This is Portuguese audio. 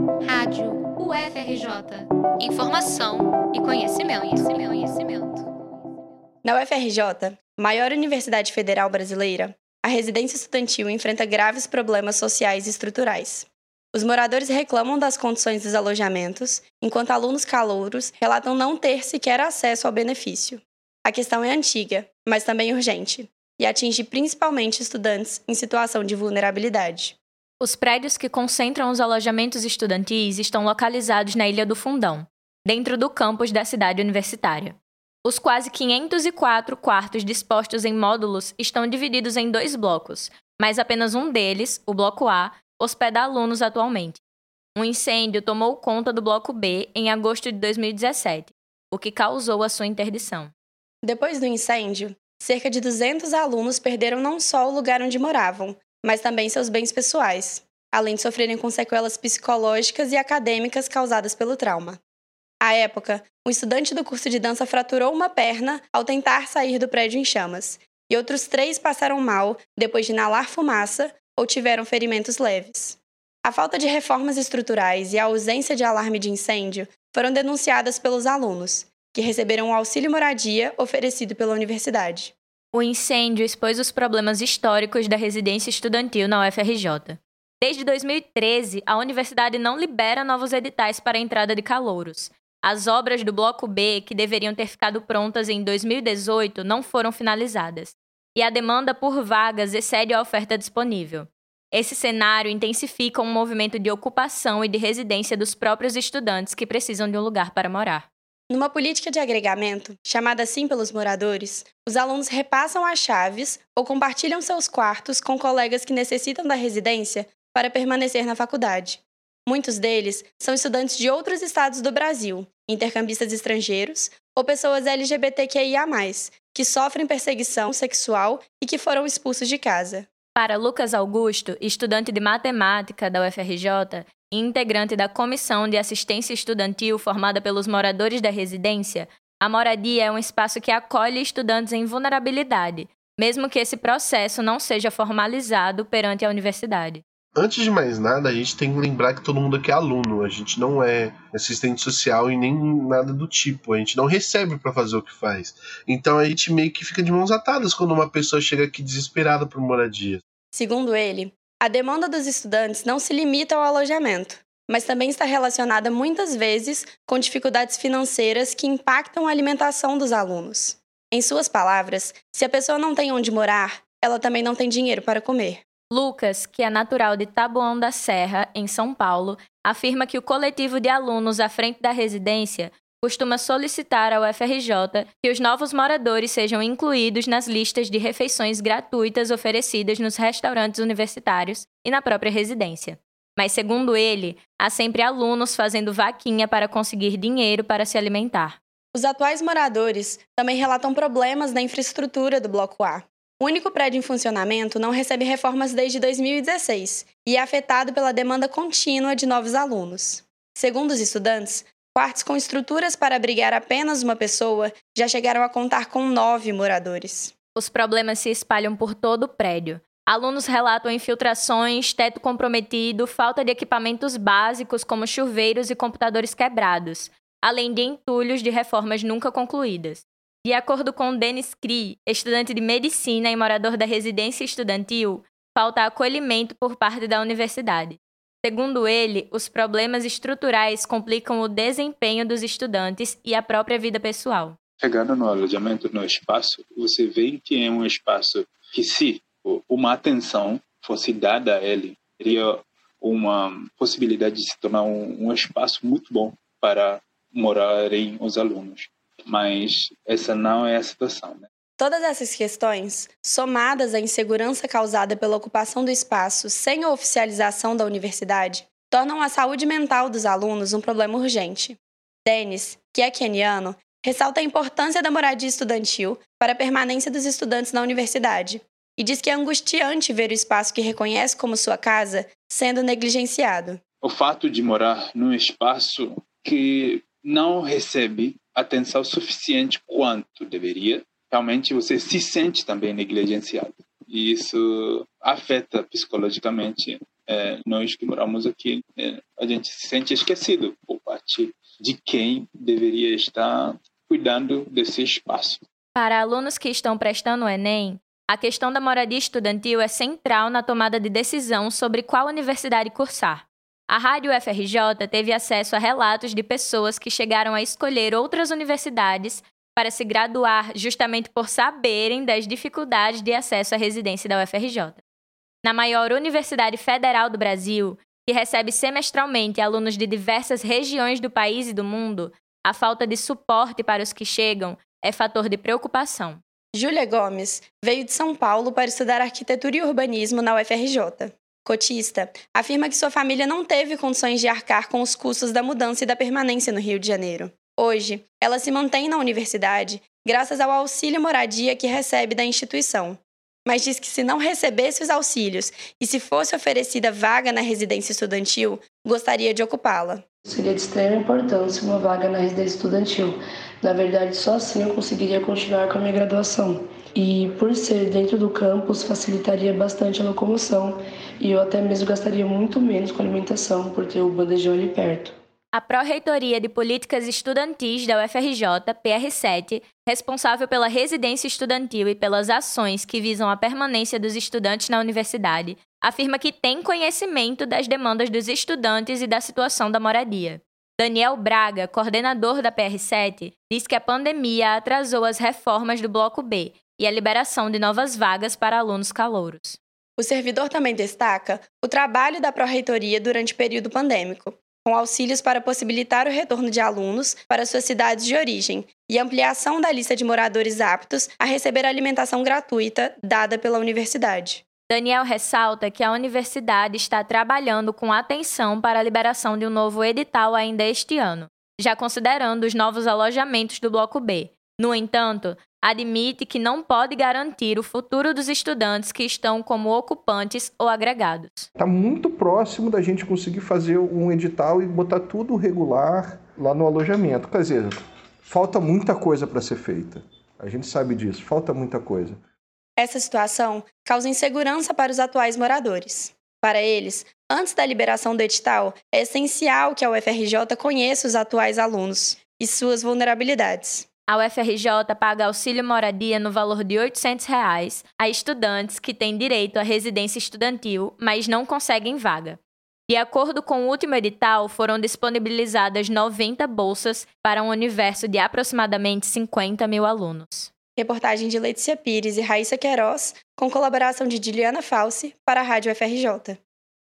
Rádio UFRJ. Informação e conhecimento. Na UFRJ, maior universidade federal brasileira, a residência estudantil enfrenta graves problemas sociais e estruturais. Os moradores reclamam das condições dos alojamentos, enquanto alunos calouros relatam não ter sequer acesso ao benefício. A questão é antiga, mas também urgente, e atinge principalmente estudantes em situação de vulnerabilidade. Os prédios que concentram os alojamentos estudantis estão localizados na Ilha do Fundão, dentro do campus da cidade universitária. Os quase 504 quartos dispostos em módulos estão divididos em 2 blocos, mas apenas um deles, o Bloco A, hospeda alunos atualmente. Um incêndio tomou conta do Bloco B em agosto de 2017, o que causou a sua interdição. Depois do incêndio, cerca de 200 alunos perderam não só o lugar onde moravam, mas também seus bens pessoais, além de sofrerem com sequelas psicológicas e acadêmicas causadas pelo trauma. À época, um estudante do curso de dança fraturou uma perna ao tentar sair do prédio em chamas, e outros 3 passaram mal depois de inalar fumaça ou tiveram ferimentos leves. A falta de reformas estruturais e a ausência de alarme de incêndio foram denunciadas pelos alunos, que receberam o auxílio moradia oferecido pela universidade. O incêndio expôs os problemas históricos da residência estudantil na UFRJ. Desde 2013, a universidade não libera novos editais para a entrada de calouros. As obras do Bloco B, que deveriam ter ficado prontas em 2018, não foram finalizadas. E a demanda por vagas excede a oferta disponível. Esse cenário intensifica um movimento de ocupação e de residência dos próprios estudantes que precisam de um lugar para morar. Numa política de agregamento, chamada assim pelos moradores, os alunos repassam as chaves ou compartilham seus quartos com colegas que necessitam da residência para permanecer na faculdade. Muitos deles são estudantes de outros estados do Brasil, intercambistas estrangeiros ou pessoas LGBTQIA+, que sofrem perseguição sexual e que foram expulsos de casa. Para Lucas Augusto, estudante de matemática da UFRJ e integrante da Comissão de Assistência Estudantil formada pelos moradores da residência, a moradia é um espaço que acolhe estudantes em vulnerabilidade, mesmo que esse processo não seja formalizado perante a universidade. Antes de mais nada, a gente tem que lembrar que todo mundo aqui é aluno, a gente não é assistente social e nem nada do tipo, a gente não recebe para fazer o que faz. Então a gente meio que fica de mãos atadas quando uma pessoa chega aqui desesperada por moradia. Segundo ele, a demanda dos estudantes não se limita ao alojamento, mas também está relacionada muitas vezes com dificuldades financeiras que impactam a alimentação dos alunos. Em suas palavras, se a pessoa não tem onde morar, ela também não tem dinheiro para comer. Lucas, que é natural de Taboão da Serra, em São Paulo, afirma que o coletivo de alunos à frente da residência costuma solicitar ao UFRJ que os novos moradores sejam incluídos nas listas de refeições gratuitas oferecidas nos restaurantes universitários e na própria residência. Mas, segundo ele, há sempre alunos fazendo vaquinha para conseguir dinheiro para se alimentar. Os atuais moradores também relatam problemas na infraestrutura do Bloco A. O único prédio em funcionamento não recebe reformas desde 2016 e é afetado pela demanda contínua de novos alunos. Segundo os estudantes, quartos com estruturas para abrigar apenas uma pessoa já chegaram a contar com 9 moradores. Os problemas se espalham por todo o prédio. Alunos relatam infiltrações, teto comprometido, falta de equipamentos básicos como chuveiros e computadores quebrados, além de entulhos de reformas nunca concluídas. De acordo com Denis Cri, estudante de medicina e morador da residência estudantil, falta acolhimento por parte da universidade. Segundo ele, os problemas estruturais complicam o desempenho dos estudantes e a própria vida pessoal. Chegando no alojamento, no espaço, você vê que é um espaço que, se uma atenção fosse dada a ele, teria uma possibilidade de se tornar um espaço muito bom para morarem os alunos. Mas essa não é a situação, né? Todas essas questões, somadas à insegurança causada pela ocupação do espaço sem a oficialização da universidade, tornam a saúde mental dos alunos um problema urgente. Denis, que é queniano, ressalta a importância da moradia estudantil para a permanência dos estudantes na universidade e diz que é angustiante ver o espaço que reconhece como sua casa sendo negligenciado. O fato de morar num espaço que não recebe atenção suficiente quanto deveria, realmente você se sente também negligenciado. E isso afeta psicologicamente nós que moramos aqui, a gente se sente esquecido por parte de quem deveria estar cuidando desse espaço. Para alunos que estão prestando o Enem, a questão da moradia estudantil é central na tomada de decisão sobre qual universidade cursar. A Rádio UFRJ teve acesso a relatos de pessoas que chegaram a escolher outras universidades para se graduar justamente por saberem das dificuldades de acesso à residência da UFRJ. Na maior universidade federal do Brasil, que recebe semestralmente alunos de diversas regiões do país e do mundo, a falta de suporte para os que chegam é fator de preocupação. Júlia Gomes veio de São Paulo para estudar arquitetura e urbanismo na UFRJ. Cotista afirma que sua família não teve condições de arcar com os custos da mudança e da permanência no Rio de Janeiro. Hoje, ela se mantém na universidade graças ao auxílio moradia que recebe da instituição. Mas diz que se não recebesse os auxílios e se fosse oferecida vaga na residência estudantil, gostaria de ocupá-la. Seria de extrema importância uma vaga na residência estudantil. Na verdade, só assim eu conseguiria continuar com a minha graduação. E por ser dentro do campus, facilitaria bastante a locomoção e eu até mesmo gastaria muito menos com alimentação por ter o bandejão ali perto. A Pró-Reitoria de Políticas Estudantis da UFRJ, PR7, responsável pela residência estudantil e pelas ações que visam a permanência dos estudantes na universidade, afirma que tem conhecimento das demandas dos estudantes e da situação da moradia. Daniel Braga, coordenador da PR7, diz que a pandemia atrasou as reformas do Bloco B e a liberação de novas vagas para alunos calouros. O servidor também destaca o trabalho da Pró-Reitoria durante o período pandêmico, com auxílios para possibilitar o retorno de alunos para suas cidades de origem e ampliação da lista de moradores aptos a receber alimentação gratuita dada pela universidade. Daniel ressalta que a universidade está trabalhando com atenção para a liberação de um novo edital ainda este ano, já considerando os novos alojamentos do Bloco B. No entanto, admite que não pode garantir o futuro dos estudantes que estão como ocupantes ou agregados. Está muito próximo da gente conseguir fazer um edital e botar tudo regular lá no alojamento. Quer dizer, falta muita coisa para ser feita. A gente sabe disso, falta muita coisa. Essa situação causa insegurança para os atuais moradores. Para eles, antes da liberação do edital, é essencial que a UFRJ conheça os atuais alunos e suas vulnerabilidades. A UFRJ paga auxílio moradia no valor de R$ 800 a estudantes que têm direito à residência estudantil, mas não conseguem vaga. De acordo com o último edital, foram disponibilizadas 90 bolsas para um universo de aproximadamente 50 mil alunos. Reportagem de Letícia Pires e Raíssa Queiroz, com colaboração de Juliana Falsi, para a Rádio UFRJ.